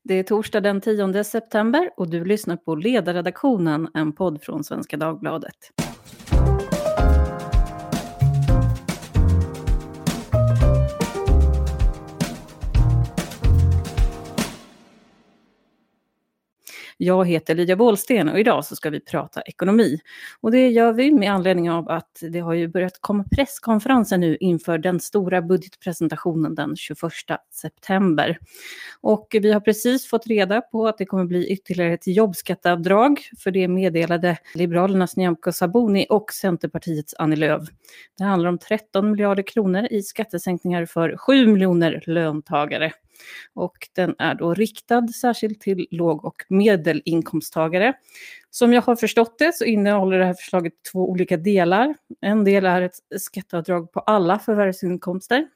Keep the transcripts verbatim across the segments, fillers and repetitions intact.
Det är torsdag den tionde september och du lyssnar på Ledarredaktionen, en podd från Svenska Dagbladet. Jag heter Lydia Bålsten och idag så ska vi prata ekonomi. Och det gör vi med anledning av att det har ju börjat komma presskonferenser nu inför den stora budgetpresentationen den tjugoförsta september. Och vi har precis fått reda på att det kommer bli ytterligare ett jobbskatteavdrag, för det meddelade Liberalernas Nyamko Sabuni och Centerpartiets Annie Lööf. Det handlar om tretton miljarder kronor i skattesänkningar för sju miljoner löntagare. Och den är då riktad särskilt till låg- och medelinkomsttagare. Som jag har förstått det så innehåller det här förslaget två olika delar. En del är ett skatteavdrag på alla förvärvsinkomster.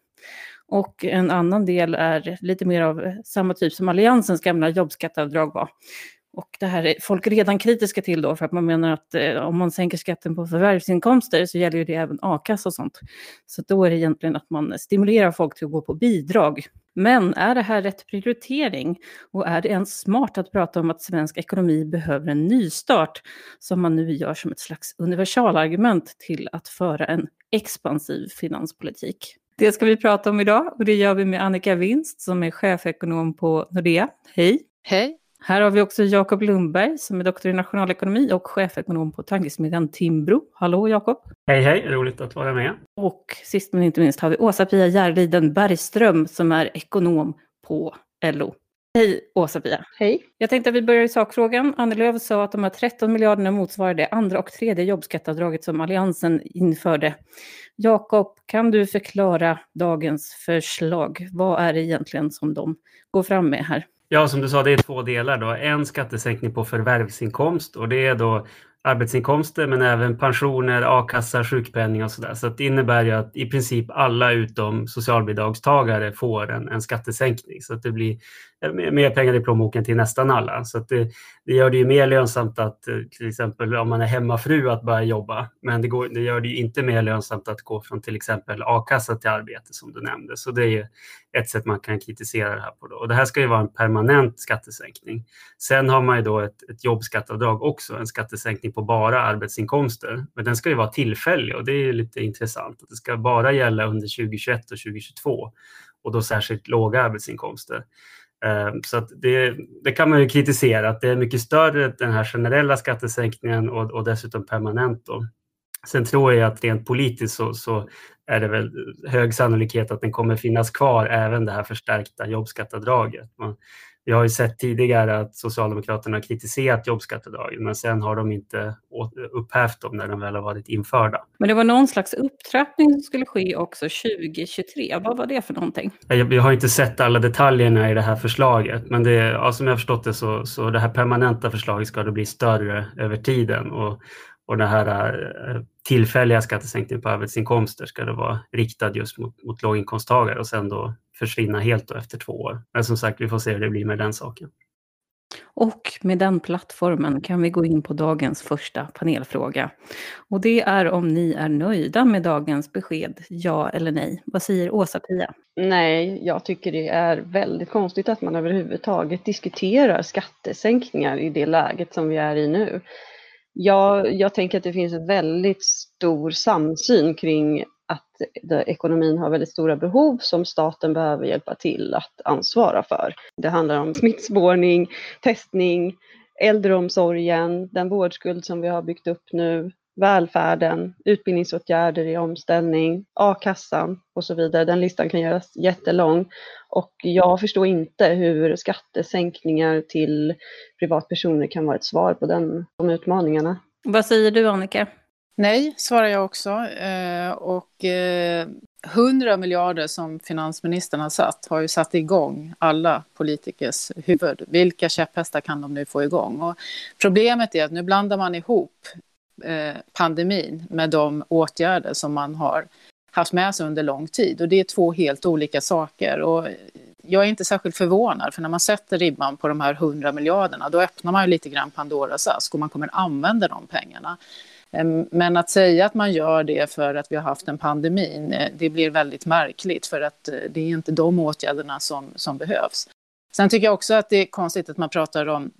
Och en annan del är lite mer av samma typ som Alliansens gamla jobbskatteavdrag var. Och det här är folk redan kritiska till då, för att man menar att eh, om man sänker skatten på förvärvsinkomster så gäller ju det även a-kassa och sånt. Så då är det egentligen att man stimulerar folk till att gå på bidrag. Men är det här rätt prioritering? Och är det ens smart att prata om att svensk ekonomi behöver en nystart som man nu gör som ett slags universalargument till att föra en expansiv finanspolitik? Det ska vi prata om idag och det gör vi med Annika Winst som är chefekonom på Nordea. Hej! Hej! Här har vi också Jakob Lundberg som är doktor i nationalekonomi och chefekonom på tankesmedjan Timbro. Hallå Jakob! Hej hej, roligt att vara med. Och sist men inte minst har vi Åsa-Pia Järliden Bergström som är ekonom på L O. Hej Åsa-Pia! Hej! Jag tänkte att vi börjar i sakfrågan. Annie Lööf sa att de här tretton miljarderna motsvarar det andra och tredje jobbskatteavdraget som Alliansen införde. Jakob, kan du förklara dagens förslag? Vad är det egentligen som de går fram med här? Ja, som du sa, det är två delar då. En skattesänkning på förvärvsinkomst och det är då arbetsinkomster men även pensioner, a-kassa, sjukpenning och sådär. Så det innebär ju att i princip alla utom socialbidragstagare får en, en skattesänkning. Så att det blir mer pengar i plånboken till nästan alla. Så att det, det gör det ju mer lönsamt att till exempel om man är hemmafru att börja jobba. Men det, går, det gör det ju inte mer lönsamt att gå från till exempel a-kassa till arbete som du nämnde. Så det är ju ett sätt man kan kritisera det här på då. Och det här ska ju vara en permanent skattesänkning. Sen har man ju då ett, ett jobbskatteavdrag också, en skattesänkning på bara arbetsinkomster. Men den ska ju vara tillfällig och det är lite intressant. Det ska bara gälla under tjugohundratjugoett och tjugohundratjugotvå och då särskilt låga arbetsinkomster. Så att det, det kan man ju kritisera att det är mycket större den här generella skattesänkningen och, och dessutom permanent då. Sen tror jag att rent politiskt så, så är det väl hög sannolikhet att den kommer finnas kvar även det här förstärkta jobbskatteavdraget. Man, vi har ju sett tidigare att Socialdemokraterna har kritiserat jobbskatteavdraget men sen har de inte upphävt dem när de väl har varit införda. Men det var någon slags upptrappning som skulle ske också tjugohundratjugotre. Vad var det för någonting? Vi har inte sett alla detaljerna i det här förslaget men det, ja, som jag har förstått det så, så det här permanenta förslaget ska det bli större över tiden och Och den här tillfälliga skattesänkningen på arbetsinkomster ska det vara riktad just mot, mot låginkomsttagare och sen då försvinna helt då efter två år. Men som sagt, vi får se hur det blir med den saken. Och med den plattformen kan vi gå in på dagens första panelfråga. Och det är om ni är nöjda med dagens besked, ja eller nej. Vad säger Åsa-Pia? Nej, jag tycker det är väldigt konstigt att man överhuvudtaget diskuterar skattesänkningar i det läget som vi är i nu. Jag, jag tänker att det finns en väldigt stor samsyn kring att det, ekonomin har väldigt stora behov som staten behöver hjälpa till att ansvara för. Det handlar om smittspårning, testning, äldreomsorgen, den vårdskuld som vi har byggt upp nu, välfärden, utbildningsåtgärder i omställning, a-kassan och så vidare. Den listan kan göras jättelång och jag förstår inte hur skattesänkningar till privatpersoner kan vara ett svar på den, de utmaningarna. Vad säger du Annika? Nej, svarar jag också. Eh, och eh, hundra miljarder som finansministern har satt har ju satt igång alla politikers huvud. Vilka käpphästar kan de nu få igång? Och problemet är att nu blandar man ihop eh, pandemin med de åtgärder som man har haft med sig under lång tid. Och det är två helt olika saker. Och jag är inte särskilt förvånad, för när man sätter ribban på de här hundra miljarderna, då öppnar man ju lite grann Pandoras ask och man kommer använda de pengarna. Men att säga att man gör det för att vi har haft en pandemi, det blir väldigt märkligt, för att det är inte de åtgärderna som, som behövs. Sen tycker jag också att det är konstigt att man pratar om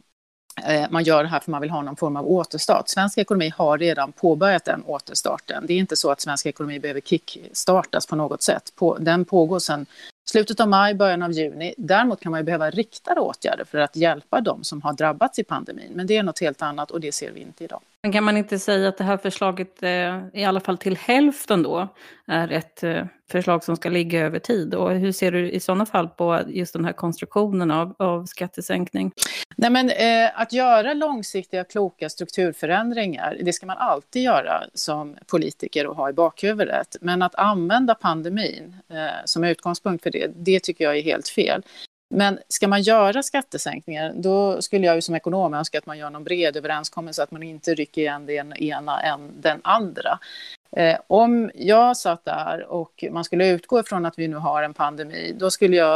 man gör det här för man vill ha någon form av återstart. Svensk ekonomi har redan påbörjat den återstarten. Det är inte så att svensk ekonomi behöver kickstartas på något sätt. Den pågår sedan slutet av maj, början av juni. Däremot kan man ju behöva riktade åtgärder för att hjälpa dem som har drabbats i pandemin. Men det är något helt annat och det ser vi inte idag. Men kan man inte säga att det här förslaget eh, i alla fall till hälften då är ett eh, förslag som ska ligga över tid? Och hur ser du i sådana fall på just den här konstruktionen av, av skattesänkning? Nej, men eh, att göra långsiktiga kloka strukturförändringar, det ska man alltid göra som politiker och ha i bakhuvudet. Men att använda pandemin eh, som utgångspunkt för det, det tycker jag är helt fel. Men ska man göra skattesänkningar, då skulle jag ju som ekonom önska att man gör någon bred överenskommelse, att man inte rycker igen den ena än den andra. Eh, om jag satt där och man skulle utgå ifrån att vi nu har en pandemi, då skulle jag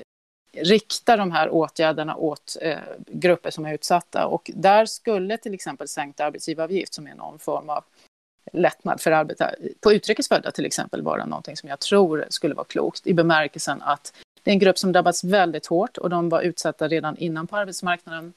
eh, rikta de här åtgärderna åt eh, grupper som är utsatta. Och där skulle till exempel sänkt arbetsgivaravgift, som är någon form av lättnad för arbetare på utrikesfödda till exempel, vara någonting som jag tror skulle vara klokt, i bemärkelsen att det är en grupp som drabbats väldigt hårt och de var utsatta redan innan på arbetsmarknaden.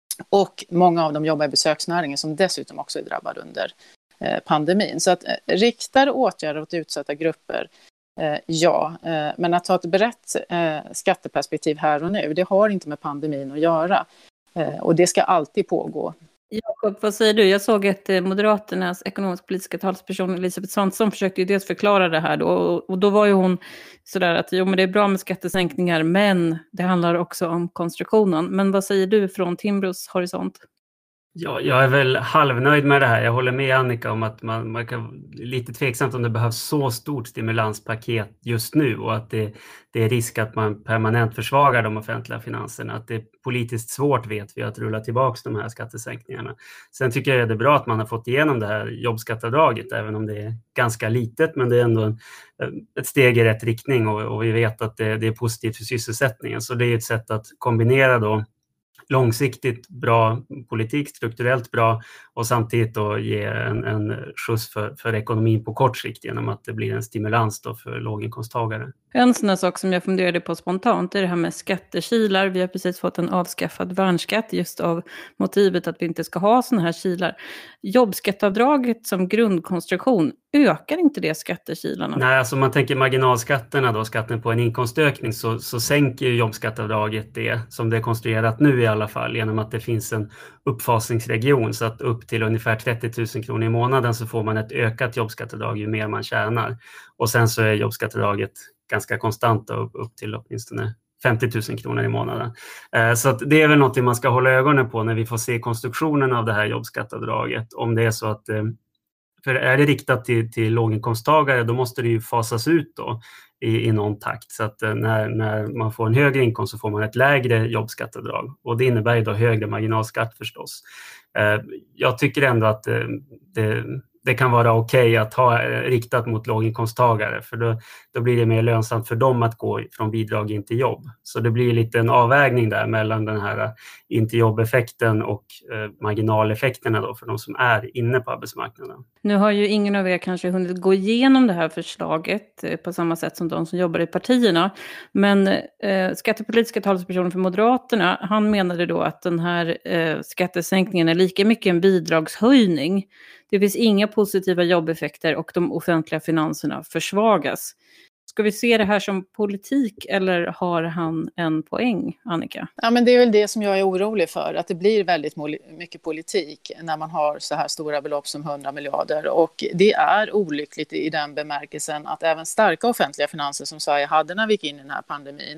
Och många av dem jobbar i besöksnäringen som dessutom också är drabbad under eh, pandemin. Så att eh, riktade åtgärder åt utsatta grupper, eh, ja. Eh, men att ta ett brett eh, skatteperspektiv här och nu, det har inte med pandemin att göra. Eh, och det ska alltid pågå. Jakob, vad säger du? Jag såg att eh, Moderaternas ekonomisk-politiska talsperson Elisabeth Svantesson försökte ju dels förklara det här då, och, och då var ju hon sådär att jo, men det är bra med skattesänkningar, men det handlar också om konstruktionen. Men vad säger du från Timbros horisont? Ja, jag är väl halvnöjd med det här. Jag håller med Annika om att man, man kan lite tveksamt om det behövs så stort stimulanspaket just nu och att det, det är risk att man permanent försvagar de offentliga finanserna. Att det är politiskt svårt, vet vi, att rulla tillbaka de här skattesänkningarna. Sen tycker jag det är bra att man har fått igenom det här jobbskatteavdraget, även om det är ganska litet, men det är ändå en, ett steg i rätt riktning och, och vi vet att det, det är positivt för sysselsättningen. Så det är ett sätt att kombinera då långsiktigt bra politik, strukturellt bra, och samtidigt då ge en, en skjuts för, för ekonomin på kort sikt genom att det blir en stimulans då för låginkomsttagare. En sån här sak som jag funderade på spontant är det här med skattekilar. Vi har precis fått en avskaffad värnskatt just av motivet att vi inte ska ha såna här kilar. Jobbskatteavdraget som grundkonstruktion, ökar inte det skattekilarna? Nej, alltså om man tänker marginalskatterna då, skatten på en inkomstökning, så, så sänker ju jobbskatteavdraget det som det är konstruerat nu i alla fall, genom att det finns en uppfasningsregion, så att upp till ungefär trettio tusen kronor i månaden så får man ett ökat jobbskatteavdrag ju mer man tjänar. Och sen så är jobbskatteavdraget ganska konstant då, upp till åtminstone femtio tusen kronor i månaden. Eh, så att det är väl något man ska hålla ögonen på när vi får se konstruktionen av det här jobbskatteavdraget. Om det är så att, eh, för är det riktat till, till låginkomsttagare, då måste det ju fasas ut då i, i någon takt. Så att eh, när, när man får en högre inkomst så får man ett lägre jobbskatteavdrag. Och det innebär ju då högre marginalskatt förstås. Eh, jag tycker ändå att eh, det... det kan vara okej okay att ha riktat mot låginkomsttagare, för då, då blir det mer lönsamt för dem att gå från bidrag in till jobb. Så det blir lite en avvägning där mellan den här in till jobbeffekten och eh, marginaleffekterna då för de som är inne på arbetsmarknaden. Nu har ju ingen av er kanske hunnit gå igenom det här förslaget eh, på samma sätt som de som jobbar i partierna. Men eh, skattepolitiska talespersonen för Moderaterna, han menade då att den här eh, skattesänkningen är lika mycket en bidragshöjning. Det finns inga positiva jobbeffekter och de offentliga finanserna försvagas. Ska vi se det här som politik eller har han en poäng, Annika? Ja, men det är väl det som jag är orolig för, att det blir väldigt mycket politik när man har så här stora belopp som hundra miljarder. Och det är olyckligt i den bemärkelsen att även starka offentliga finanser som Sverige hade när vi gick in i den här pandemin,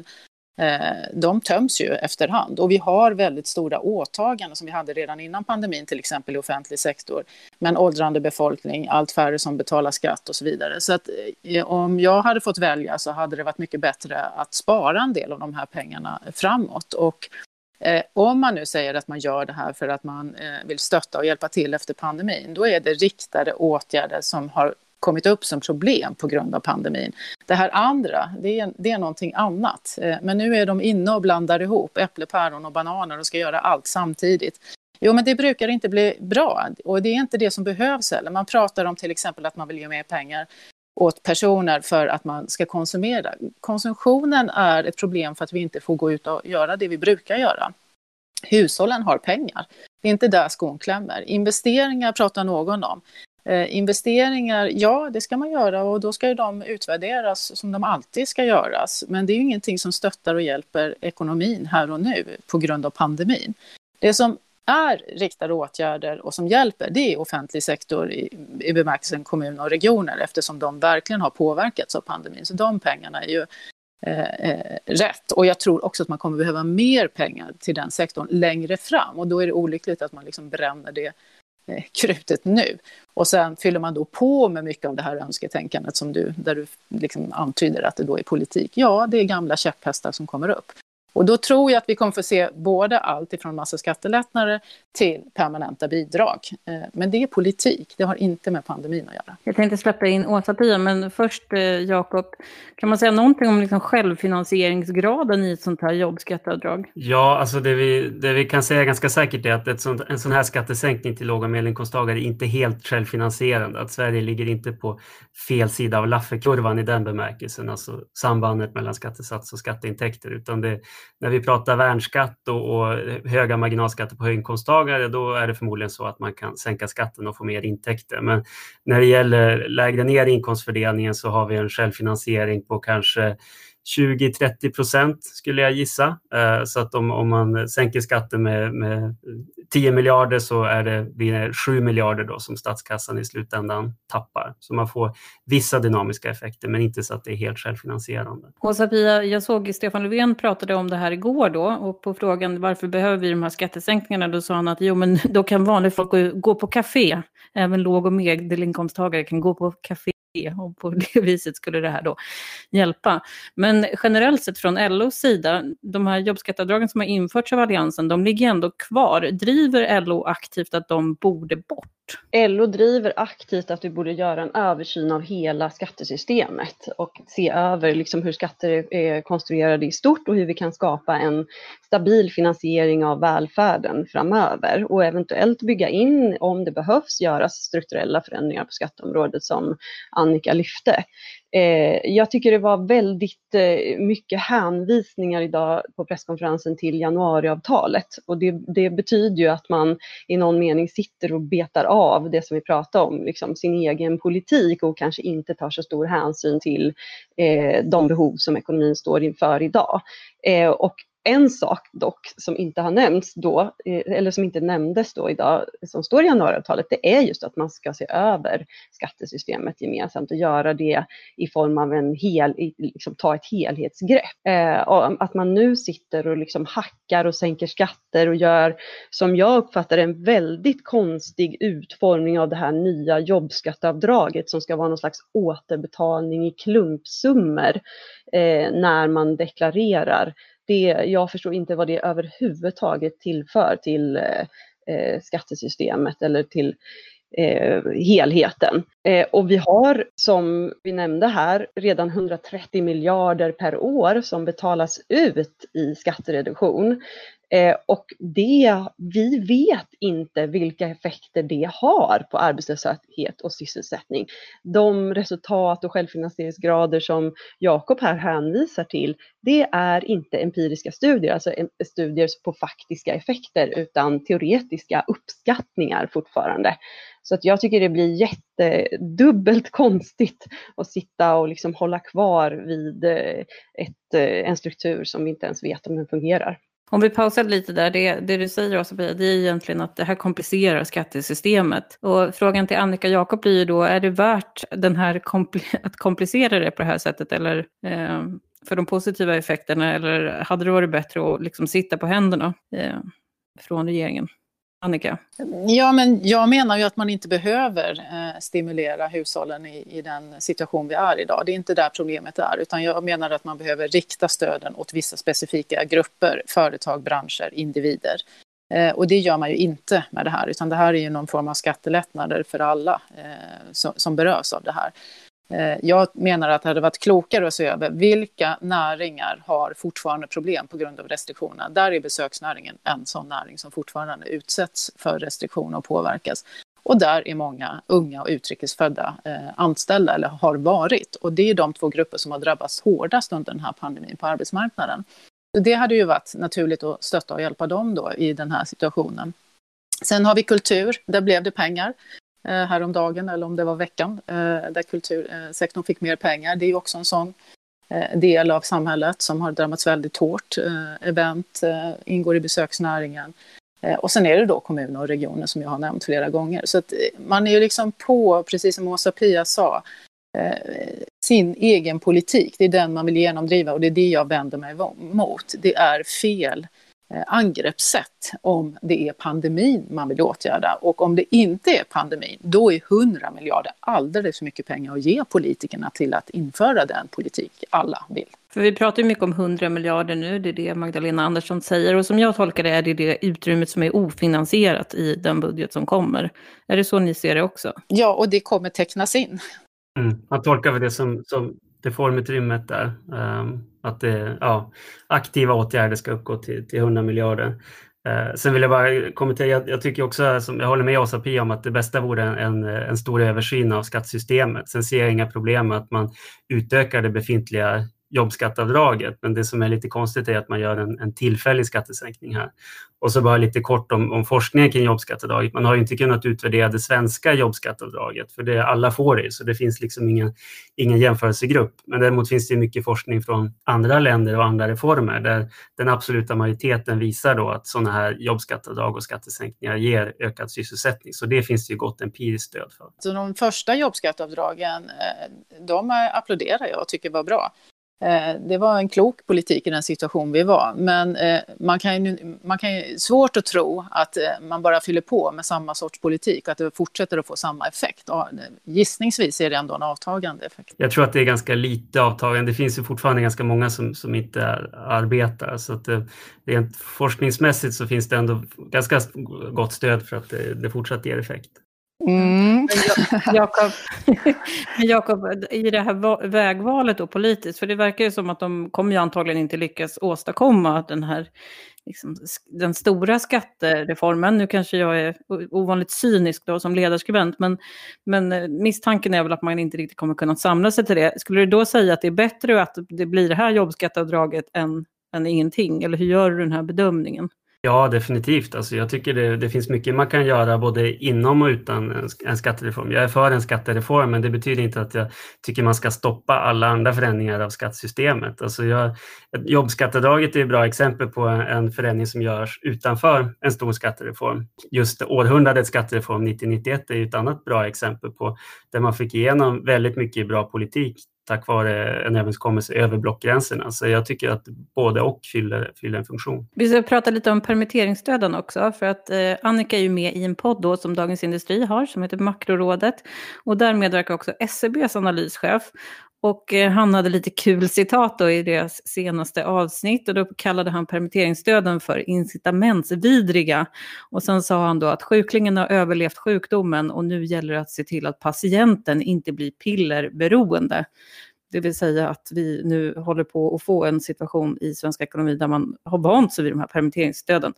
de töms ju efterhand, och vi har väldigt stora åtaganden som vi hade redan innan pandemin, till exempel i offentlig sektor, med en åldrande befolkning, allt färre som betalar skatt och så vidare. Så att om jag hade fått välja så hade det varit mycket bättre att spara en del av de här pengarna framåt. Och eh, om man nu säger att man gör det här för att man eh, vill stötta och hjälpa till efter pandemin, då är det riktade åtgärder som har kommit upp som problem på grund av pandemin. Det här andra, det är, det är någonting annat. Men nu är de inne och blandar ihop äpple, päron och bananer och ska göra allt samtidigt. Jo, men det brukar inte bli bra, och det är inte det som behövs heller. Man pratar om till exempel att man vill ge mer pengar åt personer för att man ska konsumera. Konsumtionen är ett problem för att vi inte får gå ut och göra det vi brukar göra. Hushållen har pengar. Det är inte där skon klämmer. Investeringar pratar någon om. Eh, investeringar, ja det ska man göra och då ska ju de utvärderas som de alltid ska göras. Men det är ju ingenting som stöttar och hjälper ekonomin här och nu på grund av pandemin. Det som är riktade åtgärder och som hjälper, det är offentlig sektor i, i bemärkelsen kommun och regioner eftersom de verkligen har påverkats av pandemin. Så de pengarna är ju eh, eh, rätt. Och jag tror också att man kommer behöva mer pengar till den sektorn längre fram. Och då är det olyckligt att man liksom bränner det eh, krutet nu. Och sen fyller man då på med mycket av det här önsketänkandet som du, där du liksom antyder att det då är politik. Ja, det är gamla käpphästar som kommer upp. Och då tror jag att vi kommer få se både allt ifrån massa skattelättnader till permanenta bidrag. Men det är politik, det har inte med pandemin att göra. Jag tänkte släppa in Åsa-Pia, men först Jakob, kan man säga någonting om liksom självfinansieringsgraden i ett sånt här jobbskatteavdrag? Ja, alltså det vi, det vi kan säga ganska säkert är att ett sånt, en sån här skattesänkning till låg- och medelinkomsttagare är inte helt självfinansierande. Att Sverige ligger inte på fel sida av Lafferkurvan i den bemärkelsen, alltså sambandet mellan skattesats och skatteintäkter, utan det när vi pratar värnskatt och, och höga marginalskatter på höginkomsttagare, då är det förmodligen så att man kan sänka skatten och få mer intäkter. Men när det gäller lägre ner inkomstfördelningen så har vi en självfinansiering på kanske tjugo till trettio procent skulle jag gissa. Så att om, om man sänker skatten med, med tio miljarder så är det, blir det sju miljarder då som statskassan i slutändan tappar. Så man får vissa dynamiska effekter men inte så att det är helt självfinansierande. Åsa-Pia, jag såg Stefan Löfven pratade om det här igår då och på frågan varför behöver vi de här skattesänkningarna då sa han att jo men då kan vanliga folk gå, gå på café. Även låg- och medelinkomsttagare kan gå på café. Och på det viset skulle det här då hjälpa. Men generellt sett från L O:s sida, de här jobbskatteavdragen som har införts av Alliansen, de ligger ändå kvar. Driver L O aktivt att de borde bort? L O driver aktivt att vi borde göra en översyn av hela skattesystemet och se över liksom hur skatter är konstruerade i stort och hur vi kan skapa en stabil finansiering av välfärden framöver och eventuellt bygga in, om det behövs, göras strukturella förändringar på skatteområdet som Annika lyfte. Jag tycker det var väldigt mycket hänvisningar idag på presskonferensen till januariavtalet och det, det betyder ju att man i någon mening sitter och betar av det som vi pratar om, liksom sin egen politik och kanske inte tar så stor hänsyn till eh, de behov som ekonomin står inför idag. Eh, och en sak dock som inte har nämnts då, eller som inte nämndes då idag, som står i januariavtalet, det är just att man ska se över skattesystemet gemensamt och göra det i form av en hel, liksom ta ett helhetsgrepp. Eh, och att man nu sitter och liksom hackar och sänker skatter och gör, som jag uppfattar, en väldigt konstig utformning av det här nya jobbskatteavdraget som ska vara någon slags återbetalning i klumpsummor eh, när man deklarerar. Det, jag förstår inte vad det överhuvudtaget tillför till eh, skattesystemet eller till eh, helheten. Eh, och vi har, som vi nämnde här, redan hundratrettio miljarder per år som betalas ut i skattereduktion. Eh, och det, vi vet inte vilka effekter det har på arbetslöshet och sysselsättning. De resultat och självfinansieringsgrader som Jakob här hänvisar till, det är inte empiriska studier, alltså studier på faktiska effekter utan teoretiska uppskattningar fortfarande. Så att jag tycker det blir jättedubbelt konstigt att sitta och liksom hålla kvar vid ett, en struktur som vi inte ens vet om den fungerar. Om vi pausar lite där, det, det du säger också, det är egentligen att det här komplicerar skattesystemet. Och frågan till Annika Jakob blir ju då, är det värt den här kompl- att komplicera det på det här sättet eller eh, för de positiva effekterna, eller hade det varit bättre att liksom sitta på händerna eh, från regeringen? Annika? Ja, men jag menar ju att man inte behöver eh, stimulera hushållen i, i den situation vi är idag. Det är inte där problemet är, utan jag menar att man behöver rikta stöden åt vissa specifika grupper, företag, branscher, individer. Eh, och det gör man ju inte med det här, utan det här är ju någon form av skattelättnader för alla eh, som, som berörs av det här. Jag menar att det hade varit klokare att se över vilka näringar har fortfarande problem på grund av restriktioner. Där är besöksnäringen en sån näring som fortfarande utsätts för restriktioner och påverkas. Och där är många unga och utrikesfödda eh, anställda eller har varit. Och det är de två grupper som har drabbats hårdast under den här pandemin på arbetsmarknaden. Så det hade ju varit naturligt att stötta och hjälpa dem då i den här situationen. Sen har vi kultur, där blev det pengar eh, häromdagen eller om det var veckan eh, där kultursektorn fick mer pengar. Det är ju också en sån eh, del av samhället som har drabbats väldigt hårt. Eh, event eh, ingår i besöksnäringen. Eh, och sen är det då kommuner och regioner som jag har nämnt flera gånger. Så att man är ju liksom på, precis som Åsa Pia sa, eh, sin egen politik. Det är den man vill genomdriva och det är det jag vänder mig mot. Det är fel angreppssätt om det är pandemin man vill åtgärda. Och om det inte är pandemin, då är hundra miljarder alldeles för mycket pengar att ge politikerna till att införa den politik alla vill. För vi pratar ju mycket om hundra miljarder nu, det är det Magdalena Andersson säger. Och som jag tolkar det är det det utrymmet som är ofinansierat i den budget som kommer. Är det så ni ser det också? Ja, och det kommer tecknas in. Mm. Man tolkar väl det som, som reformutrymmet där. Um, att det, ja, aktiva åtgärder ska uppgå till, till hundra miljarder. Uh, sen vill jag bara kommentera, jag, jag tycker också, som jag håller med Åsa Pia om, att det bästa vore en, en, en stor översyn av skattesystemet. Sen ser jag inga problem med att man utökar det befintliga jobbskattavdraget, men det som är lite konstigt är att man gör en, en tillfällig skattesänkning här. Och så bara lite kort om, om forskningen kring jobbskattavdraget. Man har ju inte kunnat utvärdera det svenska jobbskattavdraget, för det, alla får det, så det finns liksom ingen, ingen jämförelsegrupp. Men däremot finns det mycket forskning från andra länder och andra reformer där den absoluta majoriteten visar då att sådana här jobbskattavdrag och skattesänkningar ger ökad sysselsättning. Så det finns det ju gott empiriskt stöd för. Så de första jobbskattavdragen, de applåderar jag och tycker var bra. Det var en klok politik i den situation vi var, men man kan ju, man kan ju svårt att tro att man bara fyller på med samma sorts politik, att det fortsätter att få samma effekt. Gissningsvis är det ändå en avtagande effekt. Jag tror att det är ganska lite avtagande. Det finns ju fortfarande ganska många som, som inte arbetar, så att det, rent forskningsmässigt så finns det ändå ganska gott stöd för att det, det fortsatt ger effekt. Mm. Jakob, Jakob, i det här vägvalet då politiskt, för det verkar ju som att de kommer ju antagligen inte lyckas åstadkomma den här liksom, den stora skattereformen. Nu kanske jag är ovanligt cynisk då som ledarskribent, men, men misstanken är väl att man inte riktigt kommer kunna samla sig till det. Skulle du då säga att det är bättre att det blir det här jobbskattavdraget än, än ingenting? Eller hur gör du den här bedömningen? Ja, definitivt. Alltså, jag tycker det, det finns mycket man kan göra både inom och utan en, en skattereform. Jag är för en skattereform, men det betyder inte att jag tycker man ska stoppa alla andra förändringar av skattesystemet. Alltså jag, jobbskatteavdraget är ett bra exempel på en, en förändring som görs utanför en stor skattereform. Just århundradets skattereform nittio nittioett är ett annat bra exempel på där man fick igenom väldigt mycket bra politik tack vare en överenskommelse över blockgränserna. Så jag tycker att både och fyller, fyller en funktion. Vi ska prata lite om permitteringsstöden också, för att eh, Annika är ju med i en podd då som Dagens Industri har som heter Makrorådet, och där medverkar också S E B:s analyschef. Och eh, han hade lite kul citat då i deras senaste avsnitt, och då kallade han permitteringsstöden för incitamentsvidriga. Och sen sa han då att sjuklingen har överlevt sjukdomen och nu gäller det att se till att patienten inte blir pillerberoende. Det vill säga att vi nu håller på att få en situation i svensk ekonomi där man har vant sig vid de här permitteringsstöden.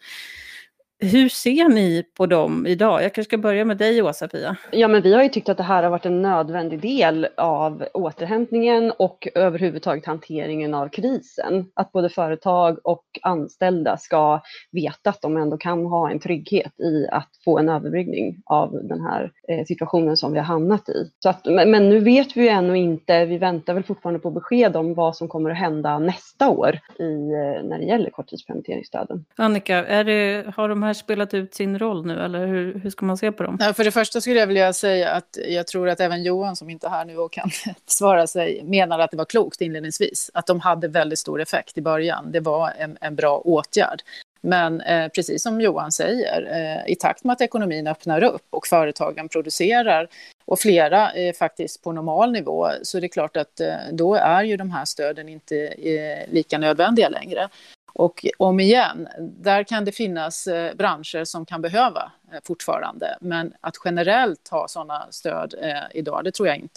Hur ser ni på dem idag? Jag kanske ska börja med dig, Åsa Pia. Ja, men vi har ju tyckt att det här har varit en nödvändig del av återhämtningen och överhuvudtaget hanteringen av krisen. Att både företag och anställda ska veta att de ändå kan ha en trygghet i att få en överbryggning av den här situationen som vi har hamnat i. Så att, men nu vet vi ju ännu inte, vi väntar väl fortfarande på besked om vad som kommer att hända nästa år i, när det gäller korttidspermitteringsstöden. Annika, är det, har de här spelat ut sin roll nu, eller hur, hur ska man se på dem? Ja, för det första skulle jag vilja säga att jag tror att även Johan, som inte är här nu och kan svara sig, menar att det var klokt inledningsvis. Att de hade väldigt stor effekt i början. Det var en, en bra åtgärd. Men eh, precis som Johan säger, eh, i takt med att ekonomin öppnar upp och företagen producerar och flera eh, faktiskt på normal nivå, så är det klart att eh, då är ju de här stöden inte eh, lika nödvändiga längre. Och om igen, där kan det finnas eh, branscher som kan behöva eh, fortfarande. Men att generellt ha sådana stöd eh, idag, det tror jag inte.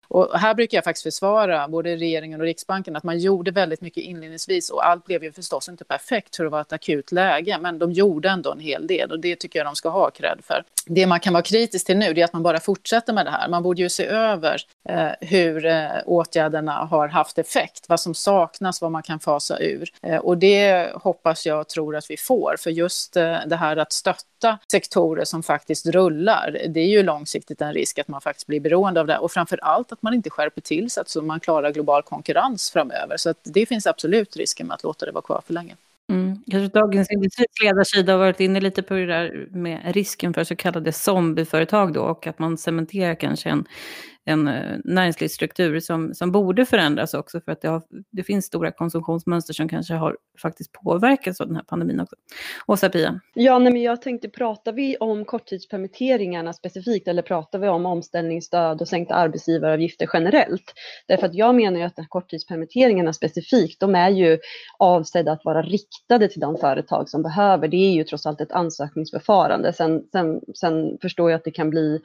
Och här brukar jag faktiskt försvara både regeringen och Riksbanken att man gjorde väldigt mycket inledningsvis och allt blev ju förstås inte perfekt för att vara ett akut läge, men de gjorde ändå en hel del och det tycker jag de ska ha cred för. Det man kan vara kritisk till nu är att man bara fortsätter med det här. Man borde ju se över eh, hur eh, åtgärderna har haft effekt, vad som saknas, vad man kan fasa ur. Eh, och det hoppas jag och tror att vi får, för just eh, det här att stötta sektorer som faktiskt rullar, det är ju långsiktigt en risk att man faktiskt blir beroende av det och framför allt att man inte skärper till sig så man klarar global konkurrens framöver. Så att det finns absolut risken med att låta det vara kvar för länge. Mm. Jag tror Dagens Industris ledarsida har varit inne lite på det där med risken för så kallade zombieföretag då, och att man cementerar kanske en, en näringslivsstruktur som, som borde förändras också för att det, har, det finns stora konsumtionsmönster som kanske har faktiskt påverkats av den här pandemin också. Åsa Pia? Ja, nej, men jag tänkte, pratar vi om korttidspermitteringarna specifikt eller pratar vi om omställningsstöd och sänkta arbetsgivaravgifter generellt? Därför att jag menar ju att korttidspermitteringarna specifikt, de är ju avsedda att vara riktade till de företag som behöver. Det är ju trots allt ett ansökningsförfarande. Sen, sen, sen förstår jag att det kan bli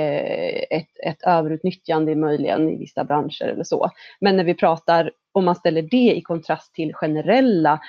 eh, ett, ett överutnyttjande möjligen i vissa branscher eller så. Men när vi pratar, om man ställer det i kontrast till generella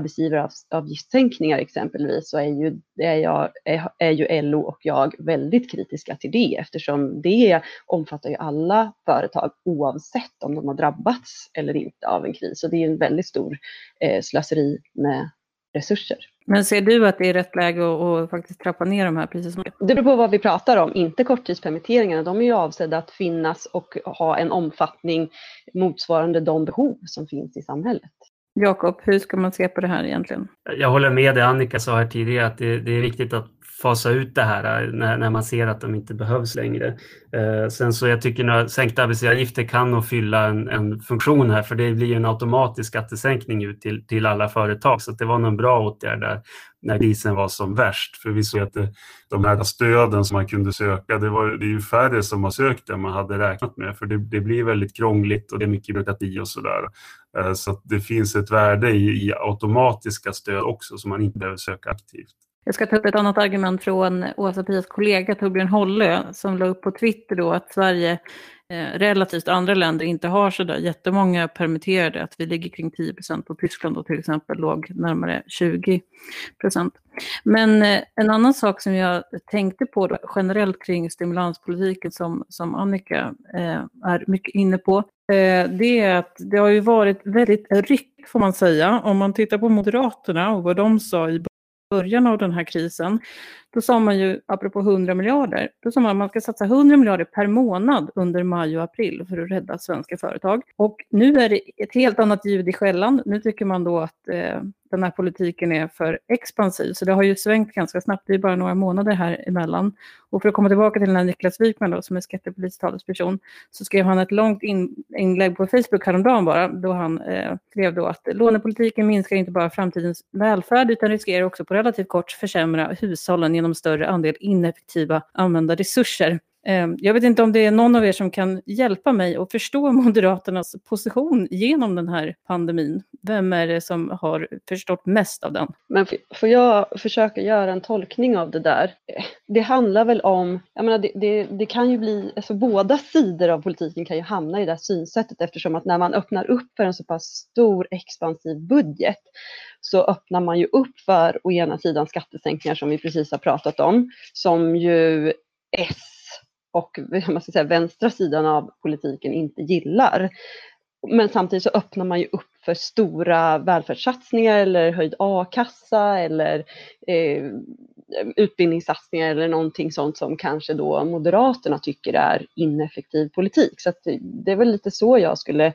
arbetsgivaravgiftssänkningar exempelvis, så är ju, är, jag, är, är ju L O och jag väldigt kritiska till det, eftersom det omfattar ju alla företag oavsett om de har drabbats eller inte av en kris. Så det är en väldigt stor eh, slöseri med resurser. Men ser du att det är rätt läge att, att faktiskt trappa ner de här priserna? Det beror på vad vi pratar om, inte korttidspermitteringarna. De är ju avsedda att finnas och ha en omfattning motsvarande de behov som finns i samhället. Jakob, hur ska man se på det här egentligen? Jag håller med det Annika sa här tidigare, att det, det är viktigt att fasa ut det här när, när man ser att de inte behövs längre. Eh, sen så jag tycker att sänkta arbetsgivaravgifter kan nog fylla en, en funktion här, för det blir en automatisk skattesänkning ut till, till alla företag, så det var nog en bra åtgärd där när krisen var som värst. För vi såg att det, de här stöden som man kunde söka, det, var, det är ju färre som har sökt än man hade räknat med, för det, det blir väldigt krångligt och det är mycket byråkrati och sådär. Eh, så att det finns ett värde i, i automatiska stöd också som man inte behöver söka aktivt. Jag ska ta upp ett annat argument från Åsa Pias kollega Torbjörn Hollö som la upp på Twitter då att Sverige eh, relativt andra länder inte har så där jättemånga permitterade, att vi ligger kring tio procent och Tyskland då till exempel låg närmare tjugo procent. Men eh, en annan sak som jag tänkte på då, generellt kring stimulanspolitiken som, som Annika eh, är mycket inne på, eh, det är att det har ju varit väldigt ryckt får man säga. Om man tittar på Moderaterna och vad de sa i början av den här krisen, då sa man ju, apropå hundra miljarder, då sa man att man ska satsa hundra miljarder per månad under maj och april för att rädda svenska företag. Och nu är det ett helt annat ljud i skällan. Nu tycker man då att eh, den här politiken är för expansiv. Så det har ju svängt ganska snabbt, det är bara några månader här emellan. Och för att komma tillbaka till den här Niklas Wikman då, som är skattepolitisk talesperson, så skrev han ett långt in, inlägg på Facebook häromdagen bara, då han eh, skrev då att lånepolitiken minskar inte bara framtidens välfärd utan riskerar också på relativt kort försämra hushållen genom större andel ineffektiva använda resurser. Jag vet inte om det är någon av er som kan hjälpa mig att förstå Moderaternas position genom den här pandemin. Vem är det som har förstått mest av den? Men får jag försöka göra en tolkning av det där? Det handlar väl om, jag menar det, det, det kan ju bli, alltså båda sidor av politiken kan ju hamna i det här synsättet, eftersom att när man öppnar upp för en så pass stor expansiv budget så öppnar man ju upp för å ena sidan skattesänkningar som vi precis har pratat om, som ju S och man ska säga, vänstra sidan av politiken inte gillar. Men samtidigt så öppnar man ju upp för stora välfärdssatsningar eller höjd a-kassa eller eh, utbildningssatsningar eller någonting sånt som kanske då Moderaterna tycker är ineffektiv politik. Så att det är väl lite så jag skulle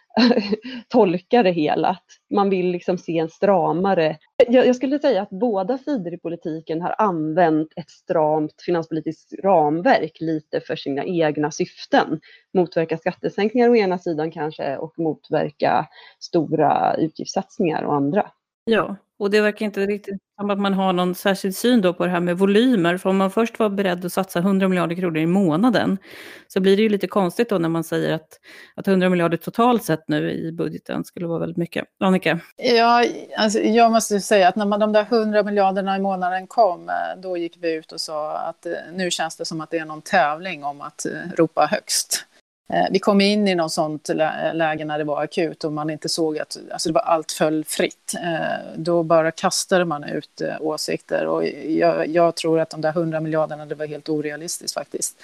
tolka det hela. Att man vill liksom se en stramare. Jag, jag skulle säga att båda sidor i politiken har använt ett stramt finanspolitiskt ramverk lite för sina egna syften. Motverka skattesänkningar å ena sidan kanske och motverka stora utgiftssatsningar och andra. Ja, och det verkar inte riktigt som att man har någon särskild syn då på det här med volymer. För om man först var beredd att satsa hundra miljarder kronor i månaden så blir det ju lite konstigt då när man säger att, att hundra miljarder totalt sett nu i budgeten skulle vara väldigt mycket. Annika? Ja, alltså jag måste säga att när man, de där hundra miljarderna i månaden kom, då gick vi ut och sa att nu känns det som att det är någon tävling om att ropa högst. Vi kom in i något sånt läge när det var akut och man inte såg att alltså det var allt föll fritt. Då bara kastade man ut åsikter och jag, jag tror att de där hundra miljarderna det var helt orealistiskt faktiskt.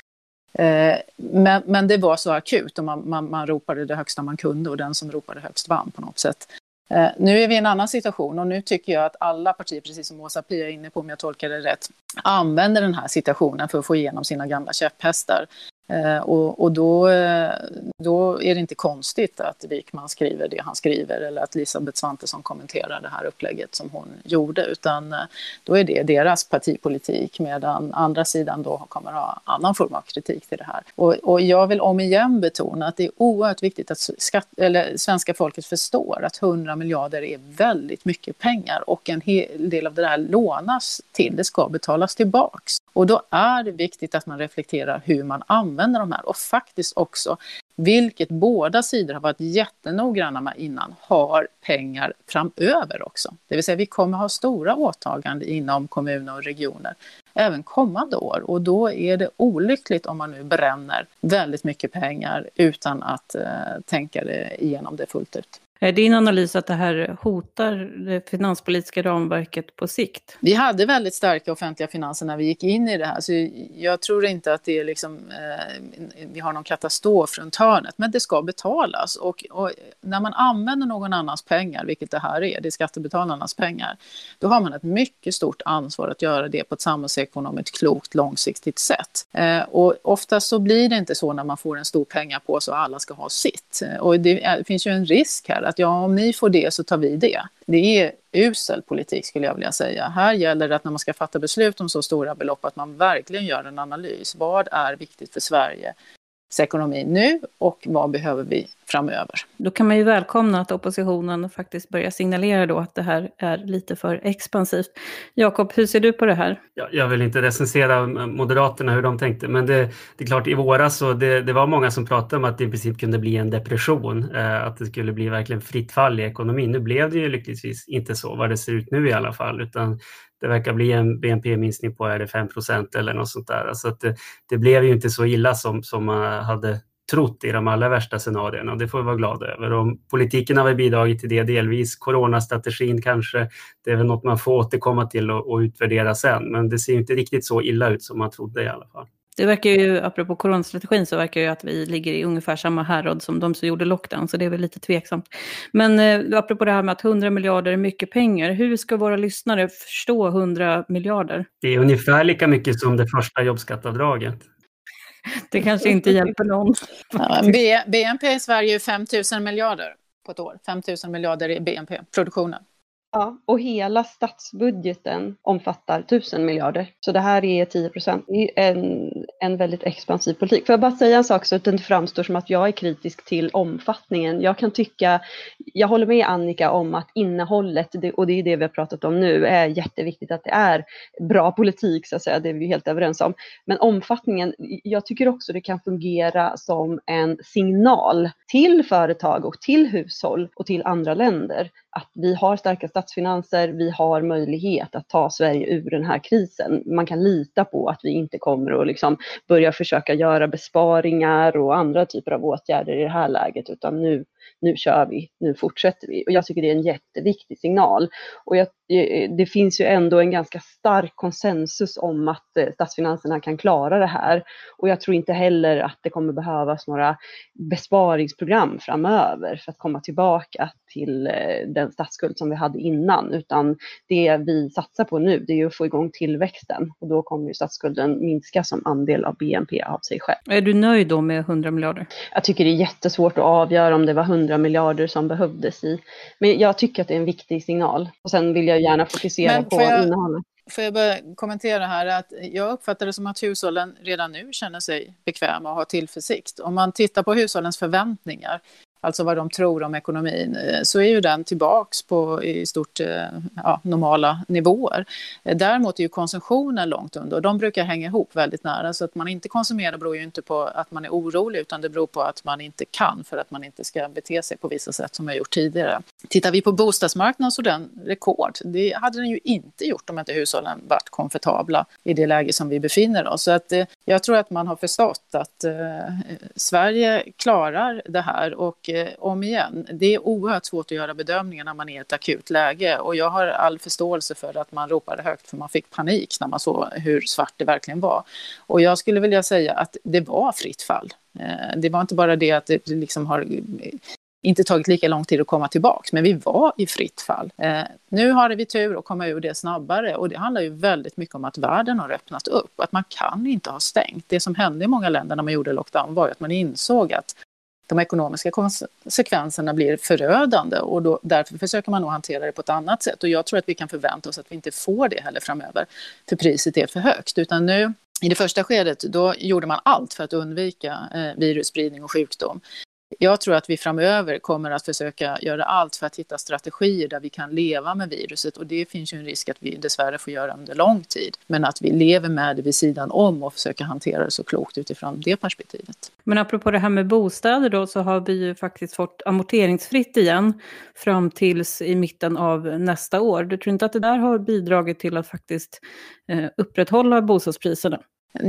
Men, men det var så akut och man, man, man ropade det högsta man kunde och den som ropade högst vann på något sätt. Nu är vi i en annan situation och nu tycker jag att alla partier, precis som Åsa Pia är inne på om jag tolkar det rätt, använder den här situationen för att få igenom sina gamla käpphästar. Eh, och och då, eh, då är det inte konstigt att Wikman skriver det han skriver eller att Elisabeth Svantesson kommenterar det här upplägget som hon gjorde, utan eh, då är det deras partipolitik medan andra sidan då kommer ha annan form av kritik till det här. Och, och jag vill om igen betona att det är oerhört viktigt att skatt, eller svenska folket förstår att hundra miljarder är väldigt mycket pengar och en hel del av det där lånas till, det ska betalas tillbaks. Och då är det viktigt att man reflekterar hur man använder de här och faktiskt också, vilket båda sidor har varit jättenoggranna med innan, har pengar framöver också. Det vill säga vi kommer ha stora åtaganden inom kommuner och regioner även kommande år och då är det olyckligt om man nu bränner väldigt mycket pengar utan att eh, tänka det igenom det fullt ut. Är din analys att det här hotar det finanspolitiska ramverket på sikt? Vi hade väldigt starka offentliga finanser när vi gick in i det här. Så jag tror inte att det är liksom, eh, vi har någon katastrof runt hörnet. Men det ska betalas. Och, och när man använder någon annans pengar, vilket det här är, det är skattebetalarnas pengar, då har man ett mycket stort ansvar att göra det på ett samhällsekonomiskt klokt, långsiktigt sätt. Eh, och oftast så blir det inte så när man får en stor pengar på så alla ska ha sitt. Och det är, finns ju en risk här att ja, om ni får det så tar vi det. Det är usel politik skulle jag vilja säga. Här gäller det att när man ska fatta beslut om så stora belopp att man verkligen gör en analys. Vad är viktigt för Sveriges ekonomi nu och vad behöver vi framöver? Då kan man ju välkomna att oppositionen faktiskt börjar signalera då att det här är lite för expansivt. Jakob, hur ser du på det här? Jag, jag vill inte recensera Moderaterna hur de tänkte, men det, det är klart i våras så det, det var många som pratade om att det i princip kunde bli en depression, eh, att det skulle bli verkligen fritt fall i ekonomin. Nu blev det ju lyckligtvis inte så, vad det ser ut nu i alla fall, utan det verkar bli en B N P-minskning på är det fem procent eller något sånt där. Alltså att det, det blev ju inte så illa som, som man hade trott i de allra värsta scenarierna. Det får vi vara glada över. Och politiken har väl bidragit till det delvis. Coronastrategin kanske, det är väl något man får återkomma till och, och utvärdera sen. Men det ser inte riktigt så illa ut som man trodde i alla fall. Det verkar ju, apropå coronastrategin, så verkar ju att vi ligger i ungefär samma härad som de som gjorde lockdown, så det är väl lite tveksamt. Men eh, apropå det här med att hundra miljarder är mycket pengar, hur ska våra lyssnare förstå hundra miljarder? Det är ungefär lika mycket som det första jobbskattavdraget. Det kanske inte hjälper någon. Ja, B- BNP i Sverige är fem tusen miljarder på ett år. fem tusen miljarder i B N P, produktionen. Ja, och hela statsbudgeten omfattar tusen miljarder. Så det här är tio procent. Det är en, en väldigt expansiv politik. Får jag bara säga en sak så att det inte framstår som att jag är kritisk till omfattningen. Jag kan tycka, jag håller med Annika om att innehållet, och det är det vi har pratat om nu, är jätteviktigt att det är bra politik så att säga. Det är vi helt överens om. Men omfattningen, jag tycker också det kan fungera som en signal till företag och till hushåll och till andra länder att vi har starka statsfinanser, vi har möjlighet att ta Sverige ur den här krisen. Man kan lita på att vi inte kommer att liksom börja försöka göra besparingar och andra typer av åtgärder i det här läget, utan nu, nu kör vi, nu fortsätter vi. Och jag tycker det är en jätteviktig signal. Och jag, det finns ju ändå en ganska stark konsensus om att statsfinanserna kan klara det här. Och jag tror inte heller att det kommer behövas några besparingsprogram framöver för att komma tillbaka till den statsskuld som vi hade innan, utan det vi satsar på nu, det är ju att få igång tillväxten, och då kommer ju statsskulden minska som andel av B N P av sig själv. Är du nöjd då med hundra miljarder? Jag tycker det är jättesvårt att avgöra om det var hundra miljarder som behövdes i, men jag tycker att det är en viktig signal, och sen vill jag gärna fokusera men på jag... innehållet. Får jag bara kommentera här att jag uppfattar det som att hushållen redan nu känner sig bekväma och har tillförsikt. Om man tittar på hushållens förväntningar, alltså vad de tror om ekonomin, så är ju den tillbaks på i stort ja, normala nivåer. Däremot är ju konsumtionen långt under, och de brukar hänga ihop väldigt nära, så att man inte konsumerar beror ju inte på att man är orolig, utan det beror på att man inte kan, för att man inte ska bete sig på vissa sätt som vi har gjort tidigare. Tittar vi på bostadsmarknaden så är den rekord. Det hade den ju inte gjort om inte hushållen varit komfortabla i det läge som vi befinner oss. Så att Jag tror att man har förstått att eh, Sverige klarar det här och eh, om igen, det är oerhört svårt att göra bedömningar när man är i ett akut läge och jag har all förståelse för att man ropade högt för man fick panik när man såg hur svart det verkligen var. Och jag skulle vilja säga att det var fritt fall. Eh, det var inte bara det att det liksom har inte tagit lika lång tid att komma tillbaka, men vi var i fritt fall. Eh, nu har vi tur att komma ur det snabbare och det handlar ju väldigt mycket om att världen har öppnat upp, att man kan inte ha stängt. Det som hände i många länder när man gjorde lockdown var ju att man insåg att de ekonomiska konsekvenserna blir förödande och då, därför försöker man nog hantera det på ett annat sätt och jag tror att vi kan förvänta oss att vi inte får det heller framöver för priset är för högt, utan nu i det första skedet då gjorde man allt för att undvika eh, virusspridning och sjukdom. Jag tror att vi framöver kommer att försöka göra allt för att hitta strategier där vi kan leva med viruset och det finns ju en risk att vi dessvärre får göra under lång tid. Men att vi lever med det vid sidan om och försöker hantera det så klokt utifrån det perspektivet. Men apropå det här med bostäder då så har vi ju faktiskt fått amorteringsfritt igen fram tills i mitten av nästa år. Du tror inte att det där har bidragit till att faktiskt eh, upprätthålla bostadspriserna?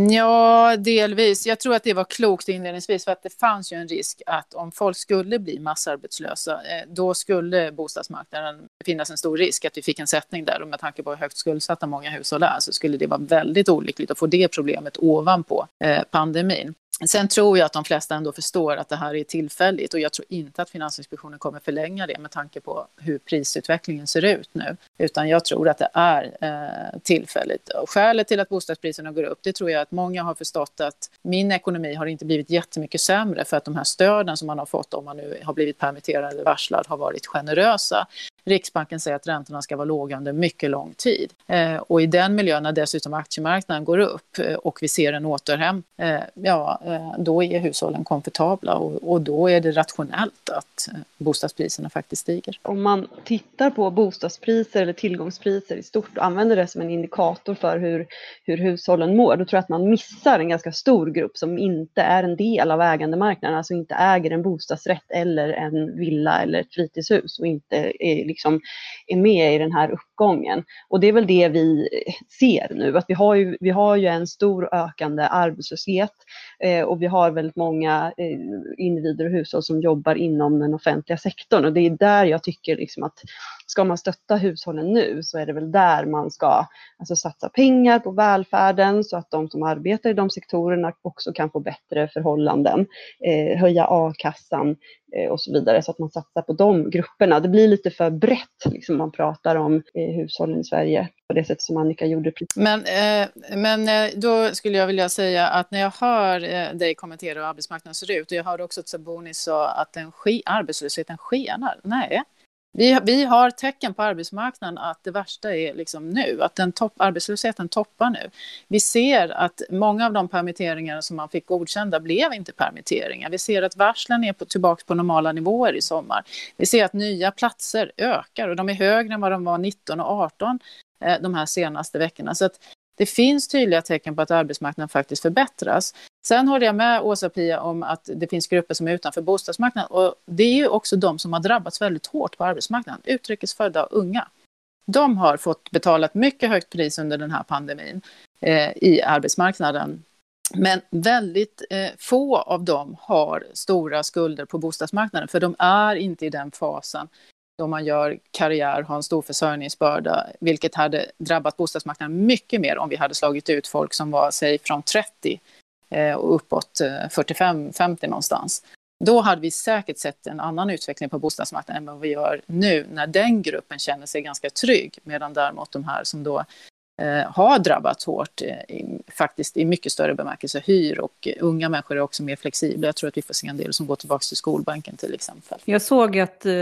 Ja, delvis. Jag tror att det var klokt inledningsvis för att det fanns ju en risk att om folk skulle bli massarbetslösa då skulle bostadsmarknaden finnas en stor risk att vi fick en sättning där och med tanke på hur högt skuldsatta många hushåll är så skulle det vara väldigt olyckligt att få det problemet ovanpå eh, pandemin. Sen tror jag att de flesta ändå förstår att det här är tillfälligt och jag tror inte att Finansinspektionen kommer förlänga det med tanke på hur prisutvecklingen ser ut nu. Utan jag tror att det är eh, tillfälligt. Och skälet till att bostadspriserna går upp det tror jag att många har förstått att min ekonomi har inte blivit jättemycket sämre för att de här stöden som man har fått om man nu har blivit permitterad eller varslad har varit generösa. Riksbanken säger att räntorna ska vara låga under mycket lång tid. Eh, och i den miljön när dessutom aktiemarknaden går upp eh, och vi ser en återhäm, eh, ja, eh, då är hushållen komfortabla och, och då är det rationellt att eh, bostadspriserna faktiskt stiger. Om man tittar på bostadspriser eller tillgångspriser i stort och använder det som en indikator för hur, hur hushållen mår, då tror jag att man missar en ganska stor grupp som inte är en del av ägandemarknaden, alltså inte äger en bostadsrätt eller en villa eller ett fritidshus och inte är liksom är med i den här uppgången. Och det är väl det vi ser nu, att vi har ju, vi har ju en stor ökande arbetslöshet eh, och vi har väldigt många eh, individer och hushåll som jobbar inom den offentliga sektorn och det är där jag tycker liksom att ska man stötta hushållen nu så är det väl där man ska alltså satsa pengar på välfärden så att de som arbetar i de sektorerna också kan få bättre förhållanden, eh, höja a-kassan eh, och så vidare så att man satsar på de grupperna. Det blir lite för brett liksom man pratar om eh, hushållen i Sverige på det sätt som Annika gjorde. Men, eh, men eh, då skulle jag vilja säga att när jag hör eh, dig kommentera hur arbetsmarknaden ser ut och jag hörde också att Sabuni sa att den sk- arbetslösheten skenar. Nej. Vi, vi har tecken på arbetsmarknaden att det värsta är liksom nu, att den topp, arbetslösheten toppar nu. Vi ser att många av de permitteringar som man fick godkända blev inte permitteringar. Vi ser att varslen är på, tillbaka på normala nivåer i sommar. Vi ser att nya platser ökar och de är högre än vad de var nitton och arton eh, de här senaste veckorna. Så att det finns tydliga tecken på att arbetsmarknaden faktiskt förbättras. Sen håller jag med Åsa-Pia om att det finns grupper som är utanför bostadsmarknaden. Och det är ju också de som har drabbats väldigt hårt på arbetsmarknaden. Utrikesfödda och unga. De har fått betala ett mycket högt pris under den här pandemin eh, i arbetsmarknaden. Men väldigt eh, få av dem har stora skulder på bostadsmarknaden. För de är inte i den fasen då man gör karriär, har en stor försörjningsbörda, vilket hade drabbat bostadsmarknaden mycket mer om vi hade slagit ut folk som var, säg, från trettio eh, och uppåt eh, fyrtiofem femtio någonstans. Då hade vi säkert sett en annan utveckling på bostadsmarknaden än vad vi gör nu, när den gruppen känner sig ganska trygg, medan däremot de här som då eh, har drabbats hårt, eh, i, faktiskt i mycket större bemärkelse hyr, och eh, unga människor är också mer flexibla. Jag tror att vi får se en del som går tillbaka till skolbanken till exempel. Jag såg att eh,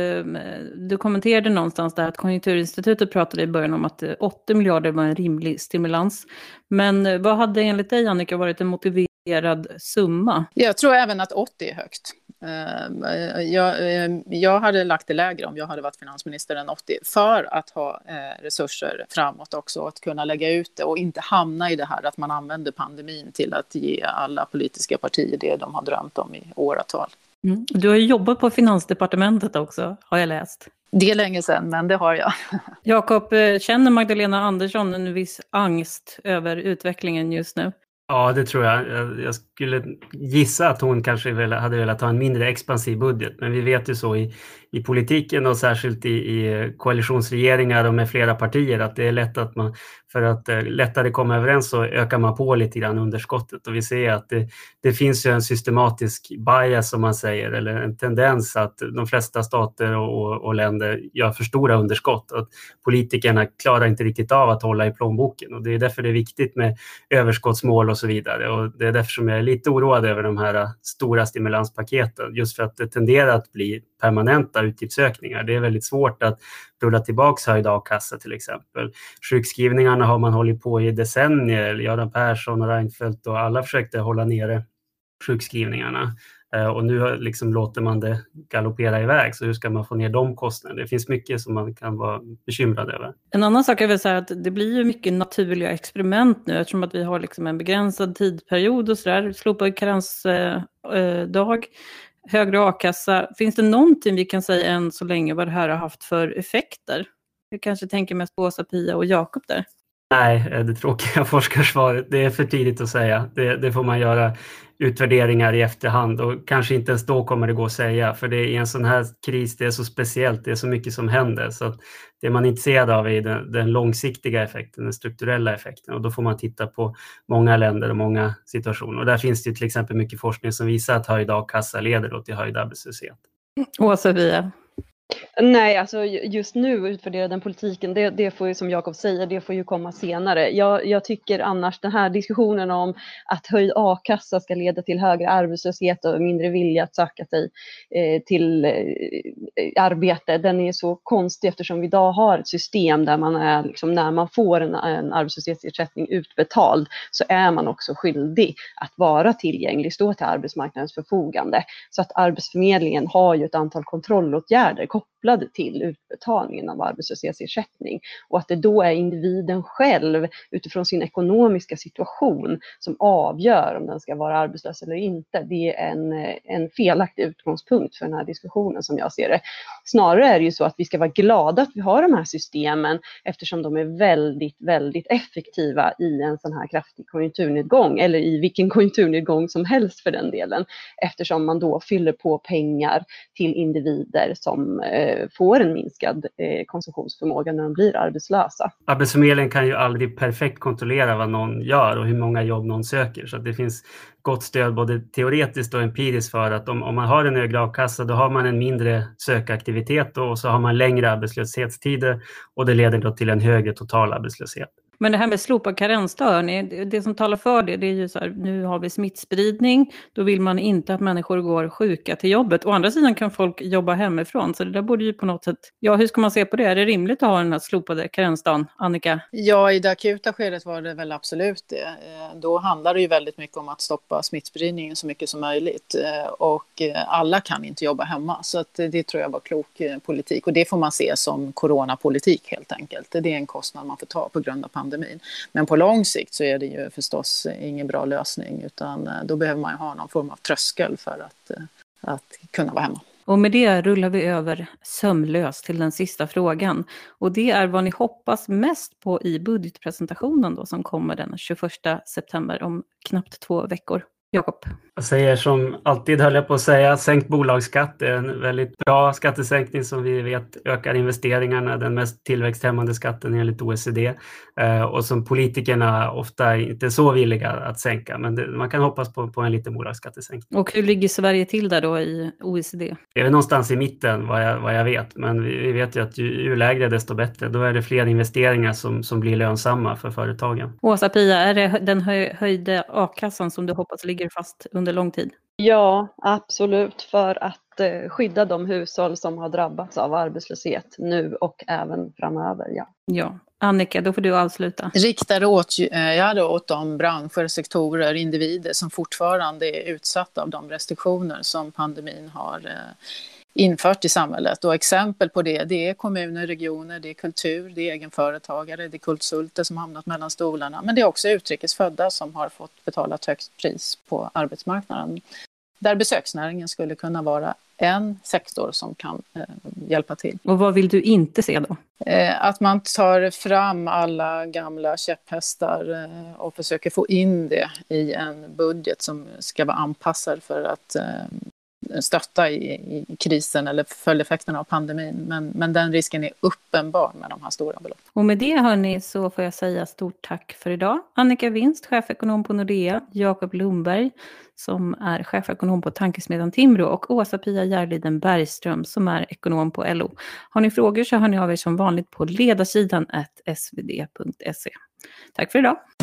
du kommenterade någonstans där att Konjunkturinstitutet pratade i början om att eh, åttio miljarder var en rimlig stimulans. Men eh, vad hade enligt dig, Annika, varit en motiverad summa? Jag tror även att åttio är högt. Jag, jag hade lagt det lägre om jag hade varit finansminister än åttio för att ha resurser framåt också, att kunna lägga ut det och inte hamna i det här att man använder pandemin till att ge alla politiska partier det de har drömt om i åratal. Mm. Du har ju jobbat på Finansdepartementet också, har jag läst. Det är länge sedan, men det har jag. Jakob, känner Magdalena Andersson en viss angst över utvecklingen just nu? Ja, det tror jag. Jag skulle gissa att hon kanske hade velat ha en mindre expansiv budget. Men vi vet ju så i, i politiken och särskilt i, i koalitionsregeringar och med flera partier att det är lätt att man, för att eh, lättare komma överens så ökar man på lite grann underskottet. Och vi ser att det, det finns ju en systematisk bias som man säger, eller en tendens att de flesta stater och, och, och länder gör för stora underskott. Att politikerna klarar inte riktigt av att hålla i plånboken. Och det är därför det är viktigt med överskottsmål och så vidare. Och det är därför som jag är lite oroad över de här stora stimulanspaketen. Just för att det tenderar att bli permanenta utgiftsökningar. Det är väldigt svårt att rulla tillbaka höjd a-kassa till exempel. Sjukskrivningarna har man hållit på i decennier. Göran Persson och Reinfeldt och alla försökte hålla nere sjukskrivningarna. Och nu liksom låter man det galoppera iväg. Så hur ska man få ner de kostnaderna? Det finns mycket som man kan vara bekymrad över. En annan sak är väl så här att det blir ju mycket naturliga experiment nu. Eftersom att vi har liksom en begränsad tidsperiod och sådär. Slopad karensdag, högre a-kassa. Finns det någonting vi kan säga än så länge vad det här har haft för effekter? Jag kanske tänker mest på Åsa, Pia och Jakob där. Nej, det tråkiga forskarsvaret, det är för tidigt att säga. Det, det får man göra utvärderingar i efterhand och kanske inte ens då kommer det gå att säga. För det är i en sån här kris, det är så speciellt, det är så mycket som händer. Så att det man är intresserad av är den, den långsiktiga effekten, den strukturella effekten. Och då får man titta på många länder och många situationer. Och där finns det till exempel mycket forskning som visar att höjd a-kassa leder då till höjd arbetslöshet. Åsa, Pia. Nej, alltså just nu utvärdera den politiken, det, det får ju som Jakob säger, det får ju komma senare. Jag, jag tycker annars den här diskussionen om att höjd a-kassa ska leda till högre arbetslöshet och mindre vilja att söka sig eh, till eh, arbete, den är så konstig eftersom vi idag har ett system där man är, liksom, när man får en, en arbetslöshetsersättning utbetald så är man också skyldig att vara tillgänglig, stå till arbetsmarknadens förfogande. Så att Arbetsförmedlingen har ju ett antal kontrollåtgärder kopplade till utbetalningen av arbetslöshetsersättning och att det då är individen själv utifrån sin ekonomiska situation som avgör om den ska vara arbetslös eller inte. Det är en, en felaktig utgångspunkt för den här diskussionen som jag ser det. Snarare är det ju så att vi ska vara glada att vi har de här systemen eftersom de är väldigt, väldigt effektiva i en sån här kraftig konjunkturnedgång eller i vilken konjunkturnedgång som helst för den delen. Eftersom man då fyller på pengar till individer som eh, får en minskad eh, konsumtionsförmåga när de blir arbetslösa. Arbetsförmedlingen kan ju aldrig perfekt kontrollera vad någon gör och hur många jobb någon söker. Så att det finns gott stöd både teoretiskt och empiriskt för att om, om man har en högre a-kassa då har man en mindre sökaktivitet och så har man längre arbetslöshetstider och det leder då till en högre total arbetslöshet. Men det här med slopad karensdag, det som talar för det, det är ju så här, nu har vi smittspridning, då vill man inte att människor går sjuka till jobbet. Å andra sidan kan folk jobba hemifrån, så det där borde ju på något sätt, ja hur ska man se på det? Är det rimligt att ha den här slopade karensdagen, Annika? Ja, i det akuta skedet var det väl absolut det. Då handlar det ju väldigt mycket om att stoppa smittspridningen så mycket som möjligt och alla kan inte jobba hemma, så att det tror jag var klok politik och det får man se som coronapolitik helt enkelt. Det är en kostnad man får ta på grund av pandemin. Men på lång sikt så är det ju förstås ingen bra lösning utan då behöver man ju ha någon form av tröskel för att, att kunna vara hemma. Och med det rullar vi över sömlöst till den sista frågan. Och det är vad ni hoppas mest på i budgetpresentationen då som kommer den tjugoförsta september om knappt två veckor. Jakob. Jag säger som alltid höll jag på att säga, sänkt bolagsskatt är en väldigt bra skattesänkning som vi vet ökar investeringarna, den mest tillväxthämmande skatten enligt O E C D eh, och som politikerna ofta inte är så villiga att sänka, men det, man kan hoppas på, på en liten bolagsskattesänkning. Och hur ligger Sverige till där då i O E C D? Det är väl någonstans i mitten vad jag, vad jag vet, men vi, vi vet ju att ju, ju lägre desto bättre, då är det fler investeringar som, som blir lönsamma för företagen. Åsa, Pia, är det den höj, höjda a-kassan som du hoppas ligger fast under lång tid? Ja, absolut, för att eh, skydda de hushåll som har drabbats av arbetslöshet nu och även framöver. Ja. Ja. Annika, då får du avsluta. Riktade åt, ja, då, åt de branscher, sektorer, individer som fortfarande är utsatta av de restriktioner som pandemin har eh, infört i samhället. Och exempel på det, det är kommuner, regioner, det är kultur, det är egenföretagare, det är konsulter som hamnat mellan stolarna. Men det är också utrikesfödda som har fått betala ett högt pris på arbetsmarknaden. där besöksnäringen skulle kunna vara en sektor som kan eh, hjälpa till. Och vad vill du inte se då? Eh, att man tar fram alla gamla käpphästar eh, och försöker få in det i en budget som ska vara anpassad för att eh, stötta i, i krisen eller följdeffekterna av pandemin. Men, men den risken är uppenbar med de här stora beloppen. Och med det hörni så får jag säga stort tack för idag. Annika Winst, chefekonom på Nordea, Jakob Lundberg som är chefekonom på Tankesmedjan Timbro och Åsa-Pia Järliden Bergström som är ekonom på L O. Har ni frågor så hör ni av er som vanligt på ledarsidan at s v d punkt se. Tack för idag!